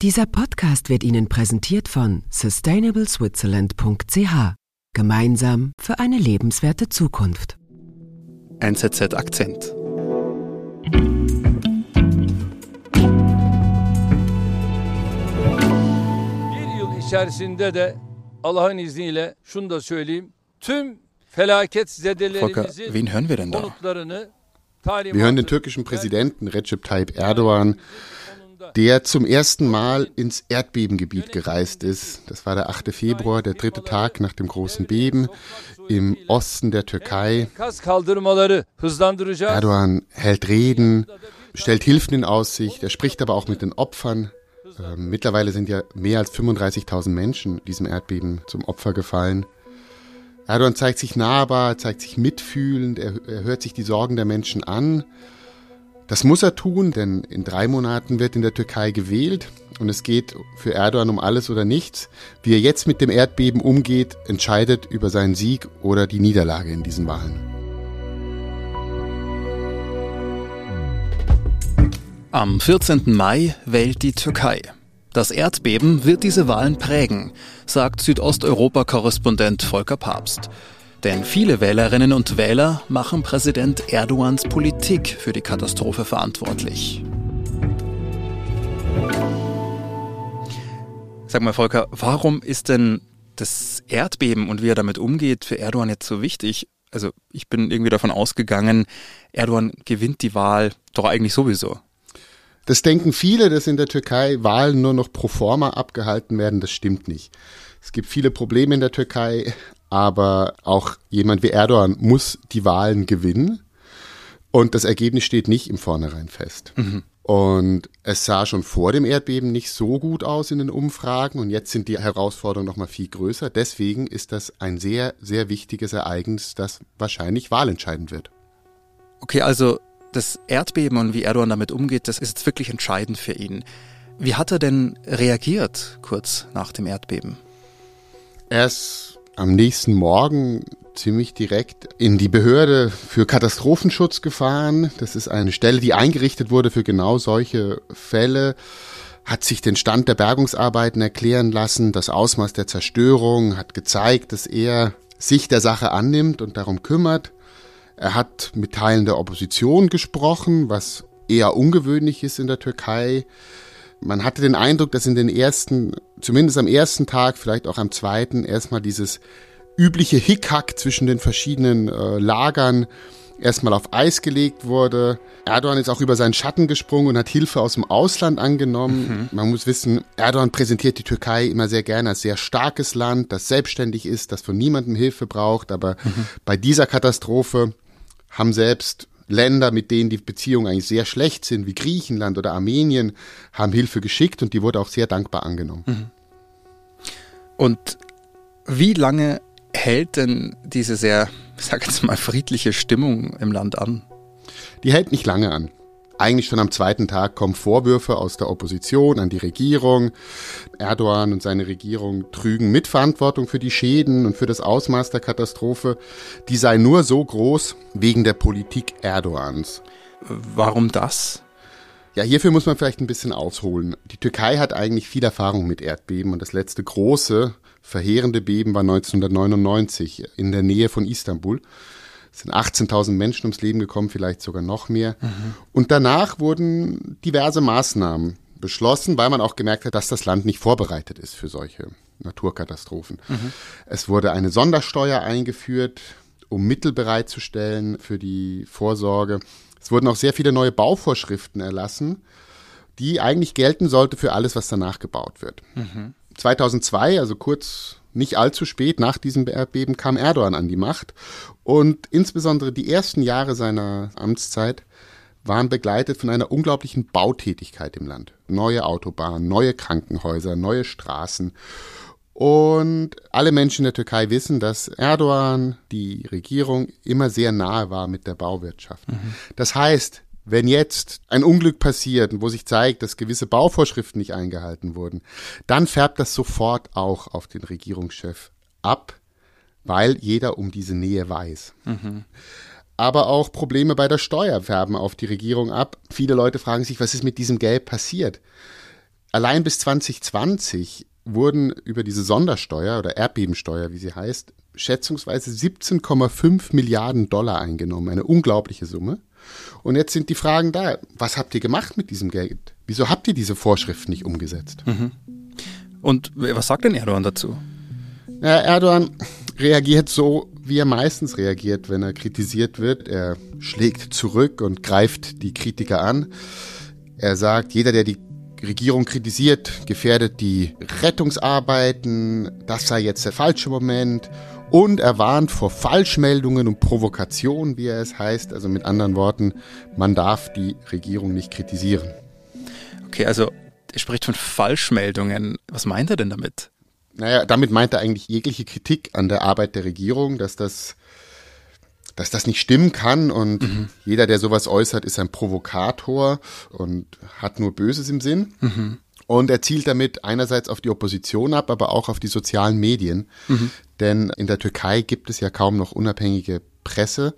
Dieser Podcast wird Ihnen präsentiert von sustainableswitzerland.ch. Gemeinsam für eine lebenswerte Zukunft. NZZ Akzent. Bir yıl içerisinde de Allah'ın izniyle şunu da söyleyeyim. Tüm felaketzedelerimizi Wen hören wir denn da? konutlarını Wir hören den türkischen Präsidenten Recep Tayyip Erdogan, der zum ersten Mal ins Erdbebengebiet gereist ist. Das war der 8. Februar, der 3. Tag nach dem großen Beben im Osten der Türkei. Erdogan hält Reden, stellt Hilfen in Aussicht, er spricht aber auch mit den Opfern. Mittlerweile sind ja mehr als 35.000 Menschen diesem Erdbeben zum Opfer gefallen. Erdogan zeigt sich nahbar, zeigt sich mitfühlend, er hört sich die Sorgen der Menschen an. Das muss er tun, denn in 3 Monaten wird in der Türkei gewählt und es geht für Erdogan um alles oder nichts. Wie er jetzt mit dem Erdbeben umgeht, entscheidet über seinen Sieg oder die Niederlage in diesen Wahlen. Am 14. Mai wählt die Türkei. Das Erdbeben wird diese Wahlen prägen, sagt Südosteuropa-Korrespondent Volker Papst. Denn viele Wählerinnen und Wähler machen Präsident Erdogans Politik für die Katastrophe verantwortlich. Sag mal, Volker, warum ist denn das Erdbeben und wie er damit umgeht für Erdogan jetzt so wichtig? Also ich bin irgendwie davon ausgegangen, Erdogan gewinnt die Wahl doch eigentlich sowieso. Das denken viele, dass in der Türkei Wahlen nur noch pro forma abgehalten werden. Das stimmt nicht. Es gibt viele Probleme in der Türkei, aber auch jemand wie Erdogan muss die Wahlen gewinnen. Und das Ergebnis steht nicht im Vornherein fest. Mhm. Und es sah schon vor dem Erdbeben nicht so gut aus in den Umfragen. Und jetzt sind die Herausforderungen noch mal viel größer. Deswegen ist das ein sehr, sehr wichtiges Ereignis, das wahrscheinlich wahlentscheidend wird. Okay, also das Erdbeben und wie Erdogan damit umgeht, das ist jetzt wirklich entscheidend für ihn. Wie hat er denn reagiert kurz nach dem Erdbeben? Er ist am nächsten Morgen ziemlich direkt in die Behörde für Katastrophenschutz gefahren. Das ist eine Stelle, die eingerichtet wurde für genau solche Fälle. Hat sich den Stand der Bergungsarbeiten erklären lassen, das Ausmaß der Zerstörung, hat gezeigt, dass er sich der Sache annimmt und darum kümmert. Er hat mit Teilen der Opposition gesprochen, was eher ungewöhnlich ist in der Türkei. Man hatte den Eindruck, dass in den ersten, zumindest am ersten Tag, vielleicht auch am zweiten, erstmal dieses übliche Hickhack zwischen den verschiedenen Lagern erstmal auf Eis gelegt wurde. Erdogan ist auch über seinen Schatten gesprungen und hat Hilfe aus dem Ausland angenommen. Man muss wissen, Erdogan präsentiert die Türkei immer sehr gerne als sehr starkes Land, das selbstständig ist, das von niemandem Hilfe braucht. Aber bei dieser Katastrophe haben selbst Länder, mit denen die Beziehungen eigentlich sehr schlecht sind, wie Griechenland oder Armenien, haben Hilfe geschickt und die wurde auch sehr dankbar angenommen. Und wie lange hält denn diese sehr, ich sag jetzt mal, friedliche Stimmung im Land an? Die hält nicht lange an. Eigentlich schon am 2. Tag kommen Vorwürfe aus der Opposition an die Regierung. Erdogan und seine Regierung trügen Mitverantwortung für die Schäden und für das Ausmaß der Katastrophe. Die sei nur so groß wegen der Politik Erdogans. Warum das? Ja, hierfür muss man vielleicht ein bisschen ausholen. Die Türkei hat eigentlich viel Erfahrung mit Erdbeben und das letzte große, verheerende Beben war 1999 in der Nähe von Istanbul. Es sind 18.000 Menschen ums Leben gekommen, vielleicht sogar noch mehr. Und danach wurden diverse Maßnahmen beschlossen, weil man auch gemerkt hat, dass das Land nicht vorbereitet ist für solche Naturkatastrophen. Es wurde eine Sondersteuer eingeführt, um Mittel bereitzustellen für die Vorsorge. Es wurden auch sehr viele neue Bauvorschriften erlassen, die eigentlich gelten sollte für alles, was danach gebaut wird. 2002, also kurz nicht allzu spät nach diesem Erdbeben, kam Erdogan an die Macht und insbesondere die ersten Jahre seiner Amtszeit waren begleitet von einer unglaublichen Bautätigkeit im Land. Neue Autobahnen, neue Krankenhäuser, neue Straßen. Und alle Menschen in der Türkei wissen, dass Erdogan, die Regierung, immer sehr nahe war mit der Bauwirtschaft. Das heißt, wenn jetzt ein Unglück passiert, wo sich zeigt, dass gewisse Bauvorschriften nicht eingehalten wurden, dann färbt das sofort auch auf den Regierungschef ab, weil jeder um diese Nähe weiß. Aber auch Probleme bei der Steuer färben auf die Regierung ab. Viele Leute fragen sich, was ist mit diesem Geld passiert? Allein bis 2020 wurden über diese Sondersteuer oder Erdbebensteuer, wie sie heißt, schätzungsweise 17,5 Milliarden Dollar eingenommen. Eine unglaubliche Summe. Und jetzt sind die Fragen da, was habt ihr gemacht mit diesem Geld? Wieso habt ihr diese Vorschriften nicht umgesetzt? Und was sagt denn Erdogan dazu? Ja, Erdogan reagiert so, wie er meistens reagiert, wenn er kritisiert wird. Er schlägt zurück und greift die Kritiker an. Er sagt, jeder, der die Regierung kritisiert, gefährdet die Rettungsarbeiten, das sei jetzt der falsche Moment. Und er warnt vor Falschmeldungen und Provokationen, wie er es heißt. Also mit anderen Worten, man darf die Regierung nicht kritisieren. Okay, also er spricht von Falschmeldungen. Was meint er denn damit? Naja, damit meint er eigentlich jegliche Kritik an der Arbeit der Regierung, dass das nicht stimmen kann und jeder, der sowas äußert, ist ein Provokator und hat nur Böses im Sinn. Und er zielt damit einerseits auf die Opposition ab, aber auch auf die sozialen Medien. Denn in der Türkei gibt es ja kaum noch unabhängige Presse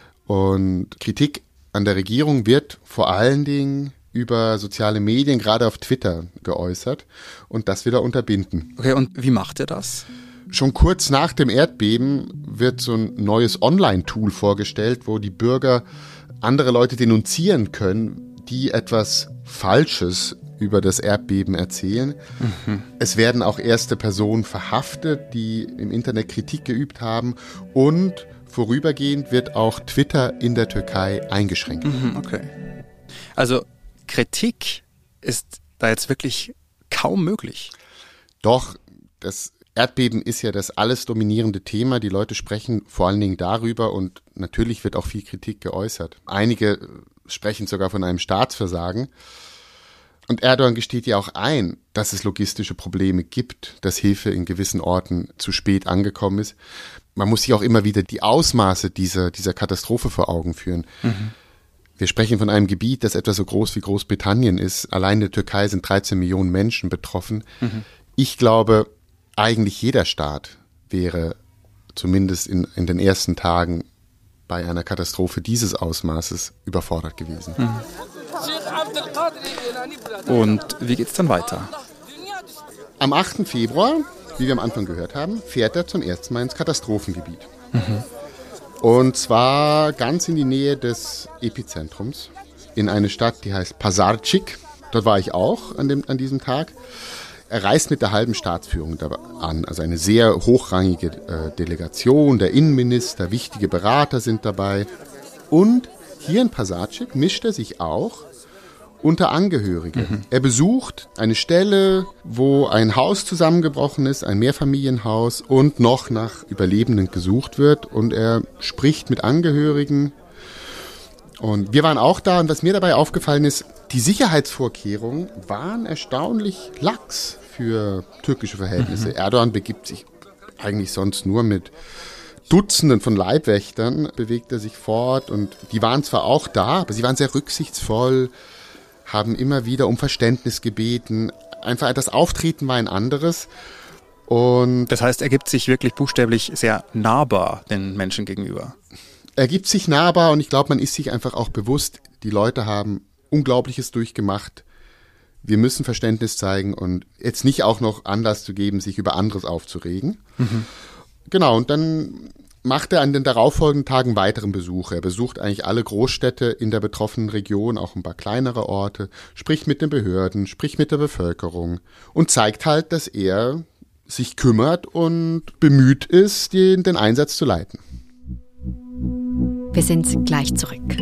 und Kritik an der Regierung wird vor allen Dingen über soziale Medien, gerade auf Twitter, geäußert und das will er unterbinden. Okay, und wie macht er das? Schon kurz nach dem Erdbeben wird so ein neues Online-Tool vorgestellt, wo die Bürger andere Leute denunzieren können, die etwas Falsches über das Erdbeben erzählen. Es werden auch erste Personen verhaftet, die im Internet Kritik geübt haben und vorübergehend wird auch Twitter in der Türkei eingeschränkt. Okay. Also Kritik ist da jetzt wirklich kaum möglich. Doch, das Erdbeben ist ja das alles dominierende Thema. Die Leute sprechen vor allen Dingen darüber und natürlich wird auch viel Kritik geäußert. Einige sprechen sogar von einem Staatsversagen. Und Erdogan gesteht ja auch ein, dass es logistische Probleme gibt, dass Hilfe in gewissen Orten zu spät angekommen ist. Man muss sich auch immer wieder die Ausmaße dieser Katastrophe vor Augen führen. Wir sprechen von einem Gebiet, das etwa so groß wie Großbritannien ist. Allein in der Türkei sind 13 Millionen Menschen betroffen. Ich glaube, eigentlich jeder Staat wäre zumindest in den ersten Tagen bei einer Katastrophe dieses Ausmaßes überfordert gewesen. Und wie geht's dann weiter? Am 8. Februar, wie wir am Anfang gehört haben, fährt er zum ersten Mal ins Katastrophengebiet. Und zwar ganz in die Nähe des Epizentrums, in eine Stadt, die heißt Pazarcik. Dort war ich auch an diesem Tag. Er reist mit der halben Staatsführung an, also eine sehr hochrangige Delegation, der Innenminister, wichtige Berater sind dabei. Und hier in Pazarcik mischt er sich auch unter Angehörige. Er besucht eine Stelle, wo ein Haus zusammengebrochen ist, ein Mehrfamilienhaus und noch nach Überlebenden gesucht wird und er spricht mit Angehörigen. Und wir waren auch da und was mir dabei aufgefallen ist, die Sicherheitsvorkehrungen waren erstaunlich lax für türkische Verhältnisse. Erdogan begibt sich eigentlich sonst nur mit Dutzenden von Leibwächtern, bewegt er sich fort und die waren zwar auch da, aber sie waren sehr rücksichtsvoll, haben immer wieder um Verständnis gebeten. Einfach das Auftreten war ein anderes. Und das heißt, er gibt sich wirklich buchstäblich sehr nahbar den Menschen gegenüber. Er gibt sich nahbar und ich glaube, man ist sich einfach auch bewusst, die Leute haben Unglaubliches durchgemacht. Wir müssen Verständnis zeigen und jetzt nicht auch noch Anlass zu geben, sich über anderes aufzuregen. Genau, und dann macht er an den darauffolgenden Tagen weiteren Besuche. Er besucht eigentlich alle Großstädte in der betroffenen Region, auch ein paar kleinere Orte, spricht mit den Behörden, spricht mit der Bevölkerung und zeigt halt, dass er sich kümmert und bemüht ist, den Einsatz zu leiten. Wir sind gleich zurück.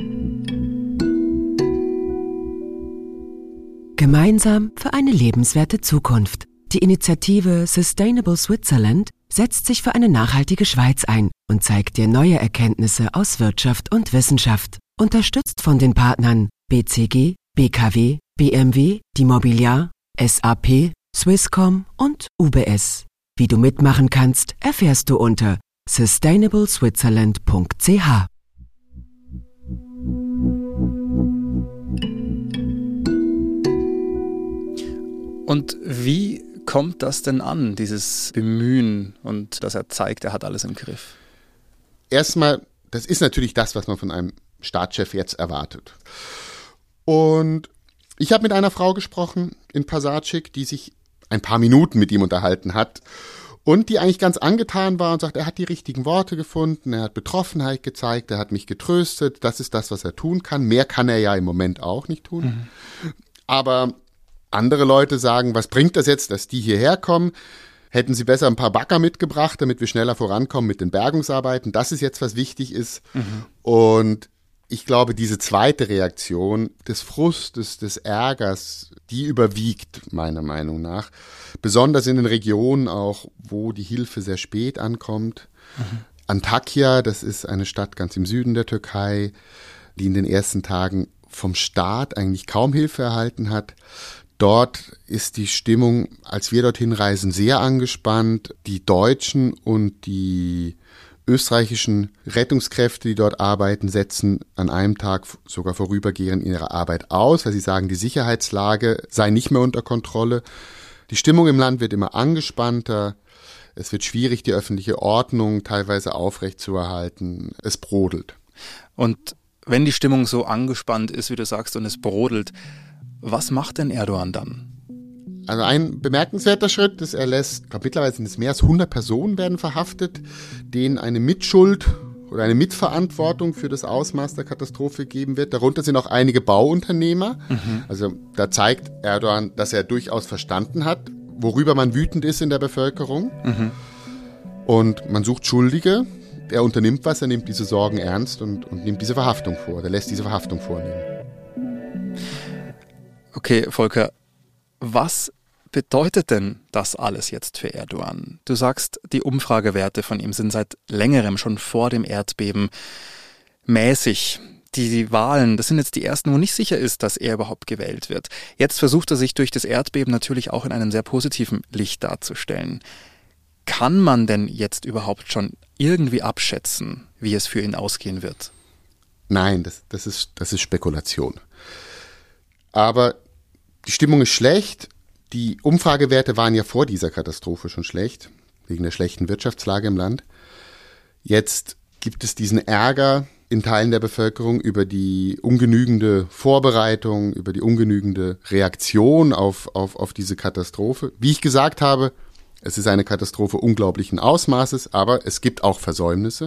Gemeinsam für eine lebenswerte Zukunft. Die Initiative Sustainable Switzerland setzt sich für eine nachhaltige Schweiz ein und zeigt dir neue Erkenntnisse aus Wirtschaft und Wissenschaft. Unterstützt von den Partnern BCG, BKW, BMW, die Mobiliar, SAP, Swisscom und UBS. Wie du mitmachen kannst, erfährst du unter sustainableswitzerland.ch. Und wie kommt das denn an, dieses Bemühen und dass er zeigt, er hat alles im Griff? Erstmal, das ist natürlich das, was man von einem Staatschef jetzt erwartet. Und Ich habe mit einer Frau gesprochen in Pazarcik, die sich ein paar Minuten mit ihm unterhalten hat und die eigentlich ganz angetan war und sagt, er hat die richtigen Worte gefunden, er hat Betroffenheit gezeigt, er hat mich getröstet, das ist das, was er tun kann. Mehr kann er ja im Moment auch nicht tun. Aber andere Leute sagen, was bringt das jetzt, dass die hierher kommen? Hätten sie besser ein paar Bagger mitgebracht, damit wir schneller vorankommen mit den Bergungsarbeiten. Das ist jetzt, was wichtig ist. Und ich glaube, diese zweite Reaktion des Frustes, des Ärgers, die überwiegt meiner Meinung nach. Besonders in den Regionen auch, wo die Hilfe sehr spät ankommt. Antakya, das ist eine Stadt ganz im Süden der Türkei, die in den ersten Tagen vom Staat eigentlich kaum Hilfe erhalten hat. Dort ist die Stimmung, als wir dorthin reisen, sehr angespannt. Die Deutschen und die österreichischen Rettungskräfte, die dort arbeiten, setzen an einem Tag sogar vorübergehend ihre Arbeit aus, weil sie sagen, die Sicherheitslage sei nicht mehr unter Kontrolle. Die Stimmung im Land wird immer angespannter. Es wird schwierig, die öffentliche Ordnung teilweise aufrechtzuerhalten. Es brodelt. Und wenn die Stimmung so angespannt ist, wie du sagst, und es brodelt, was macht denn Erdogan dann? Also ein bemerkenswerter Schritt ist, er lässt, ich glaube mittlerweile sind es mehr als 100 Personen werden verhaftet, denen eine Mitschuld oder eine Mitverantwortung für das Ausmaß der Katastrophe gegeben wird. Darunter sind auch einige Bauunternehmer. Also da zeigt Erdogan, dass er durchaus verstanden hat, worüber man wütend ist in der Bevölkerung. Und man sucht Schuldige. Er unternimmt was, er nimmt diese Sorgen ernst und nimmt diese Verhaftung vor. Er lässt diese Verhaftung vornehmen. Okay, Volker, was bedeutet denn das alles jetzt für Erdogan? Du sagst, die Umfragewerte von ihm sind seit längerem, schon vor dem Erdbeben, mäßig. Die Wahlen, das sind jetzt die ersten, wo nicht sicher ist, dass er überhaupt gewählt wird. Jetzt versucht er sich durch das Erdbeben natürlich auch in einem sehr positiven Licht darzustellen. Kann man denn jetzt überhaupt schon irgendwie abschätzen, wie es für ihn ausgehen wird? Nein, das ist Spekulation. Aber die Stimmung ist schlecht. Die Umfragewerte waren ja vor dieser Katastrophe schon schlecht, wegen der schlechten Wirtschaftslage im Land. Jetzt gibt es diesen Ärger in Teilen der Bevölkerung über die ungenügende Vorbereitung, über die ungenügende Reaktion auf diese Katastrophe. Wie ich gesagt habe, es ist eine Katastrophe unglaublichen Ausmaßes, aber es gibt auch Versäumnisse.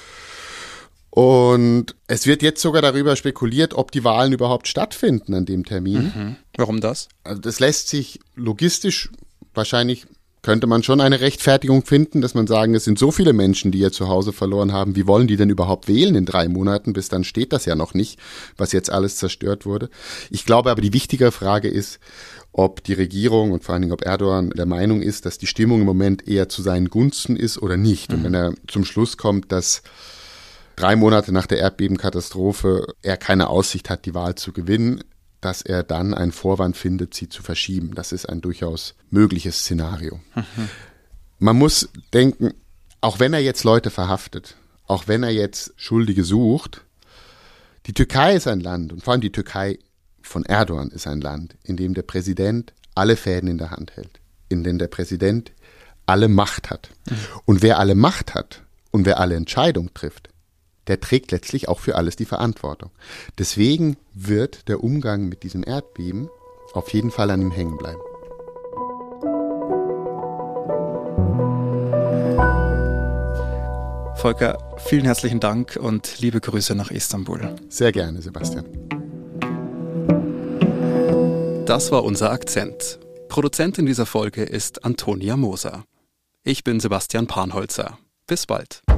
Und es wird jetzt sogar darüber spekuliert, ob die Wahlen überhaupt stattfinden an dem Termin. Warum das? Also das lässt sich logistisch, wahrscheinlich könnte man schon eine Rechtfertigung finden, dass man sagen, es sind so viele Menschen, die ihr Zuhause verloren haben. Wie wollen die denn überhaupt wählen in 3 Monaten? Bis dann steht das ja noch nicht, was jetzt alles zerstört wurde. Ich glaube aber, die wichtigere Frage ist, ob die Regierung und vor allen Dingen ob Erdogan der Meinung ist, dass die Stimmung im Moment eher zu seinen Gunsten ist oder nicht. Und wenn er zum Schluss kommt, dass 3 Monate nach der Erdbebenkatastrophe er keine Aussicht hat, die Wahl zu gewinnen, dass er dann einen Vorwand findet, sie zu verschieben. Das ist ein durchaus mögliches Szenario. Man muss denken, auch wenn er jetzt Leute verhaftet, auch wenn er jetzt Schuldige sucht, die Türkei ist ein Land, und vor allem die Türkei von Erdogan ist ein Land, in dem der Präsident alle Fäden in der Hand hält, in dem der Präsident alle Macht hat. Und wer alle Macht hat und wer alle Entscheidungen trifft, der trägt letztlich auch für alles die Verantwortung. Deswegen wird der Umgang mit diesem Erdbeben auf jeden Fall an ihm hängen bleiben. Volker, vielen herzlichen Dank und liebe Grüße nach Istanbul. Sehr gerne, Sebastian. Das war unser Akzent. Produzentin dieser Folge ist Antonia Moser. Ich bin Sebastian Panholzer. Bis bald.